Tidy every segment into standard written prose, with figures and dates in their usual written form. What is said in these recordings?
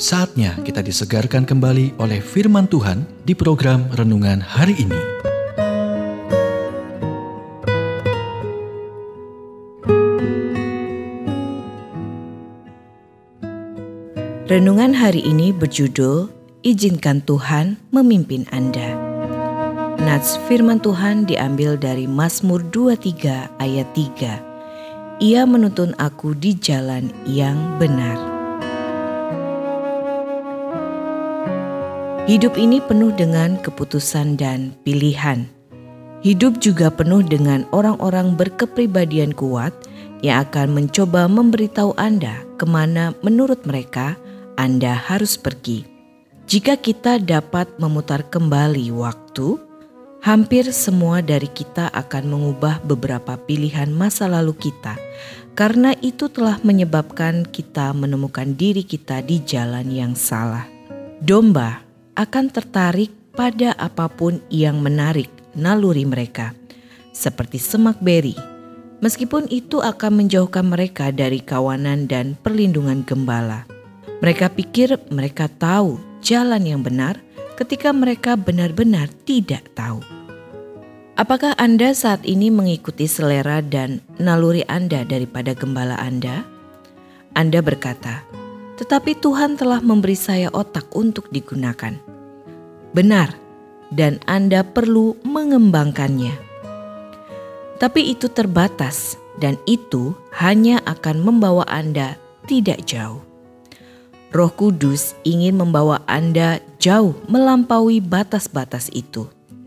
Saatnya kita disegarkan kembali oleh firman Tuhan di program Renungan Hari Ini. Renungan hari ini berjudul, Izinkan Tuhan Memimpin Anda. Nats firman Tuhan diambil dari Mazmur 23 ayat 3. Ia menuntun aku di jalan yang benar. Hidup ini penuh dengan keputusan dan pilihan. Hidup juga penuh dengan orang-orang berkepribadian kuat yang akan mencoba memberitahu Anda kemana menurut mereka Anda harus pergi. Jika kita dapat memutar kembali waktu, hampir semua dari kita akan mengubah beberapa pilihan masa lalu kita, karena itu telah menyebabkan kita menemukan diri kita di jalan yang salah. Domba akan tertarik pada apapun yang menarik naluri mereka, seperti semak beri, meskipun itu akan menjauhkan mereka dari kawanan dan perlindungan gembala. Mereka pikir mereka tahu jalan yang benar ketika mereka benar-benar tidak tahu. Apakah Anda saat ini mengikuti selera dan naluri Anda daripada gembala Anda? Anda berkata, "Tetapi Tuhan telah memberi saya otak untuk digunakan." Benar, dan Anda perlu mengembangkannya. Tapi itu terbatas, dan itu hanya akan membawa Anda tidak jauh. Roh Kudus ingin membawa Anda jauh melampaui batas-batas itu.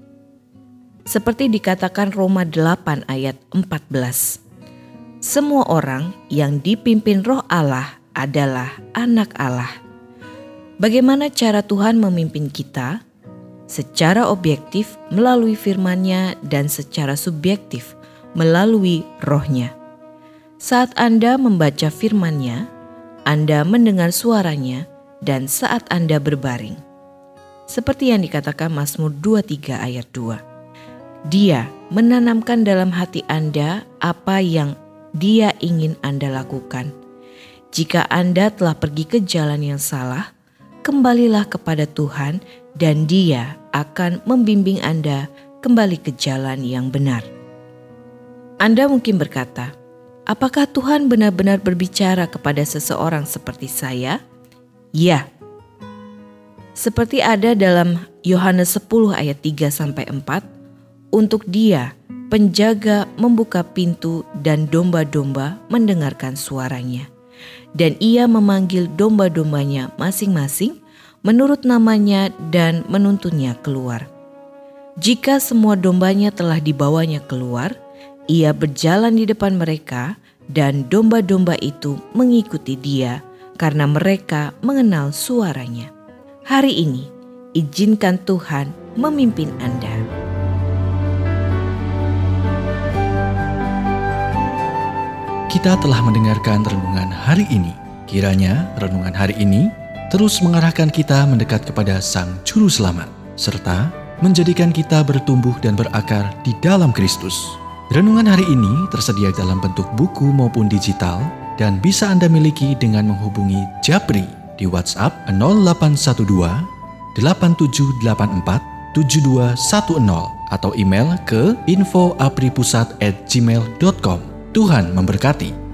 Seperti dikatakan Roma 8 ayat 14. Semua orang yang dipimpin Roh Allah adalah anak Allah. Bagaimana cara Tuhan memimpin kita? Secara objektif melalui firman-Nya dan secara subjektif melalui Roh-Nya. Saat Anda membaca firman-Nya, Anda mendengar suaranya, dan saat Anda berbaring. Seperti yang dikatakan Mazmur 23 ayat 2. Dia menanamkan dalam hati Anda apa yang Dia ingin Anda lakukan. Jika Anda telah pergi ke jalan yang salah, kembalilah kepada Tuhan dan Dia akan membimbing Anda kembali ke jalan yang benar. Anda mungkin berkata, apakah Tuhan benar-benar berbicara kepada seseorang seperti saya? Ya. Seperti ada dalam Yohanes 10 ayat 3-4, untuk Dia, penjaga membuka pintu dan domba-domba mendengarkan suaranya. Dan Ia memanggil domba-dombanya masing-masing menurut namanya dan menuntunnya keluar. Jika semua dombanya telah dibawanya keluar, Ia berjalan di depan mereka dan domba-domba itu mengikuti Dia karena mereka mengenal suaranya. Hari ini, izinkan Tuhan memimpin Anda. Kita telah mendengarkan renungan hari ini. Kiranya renungan hari ini terus mengarahkan kita mendekat kepada Sang Juru Selamat, serta menjadikan kita bertumbuh dan berakar di dalam Kristus. Renungan hari ini tersedia dalam bentuk buku maupun digital dan bisa Anda miliki dengan menghubungi Japri di WhatsApp 0812 8784 7210 atau email ke info@apripusat@gmail.com. Tuhan memberkati.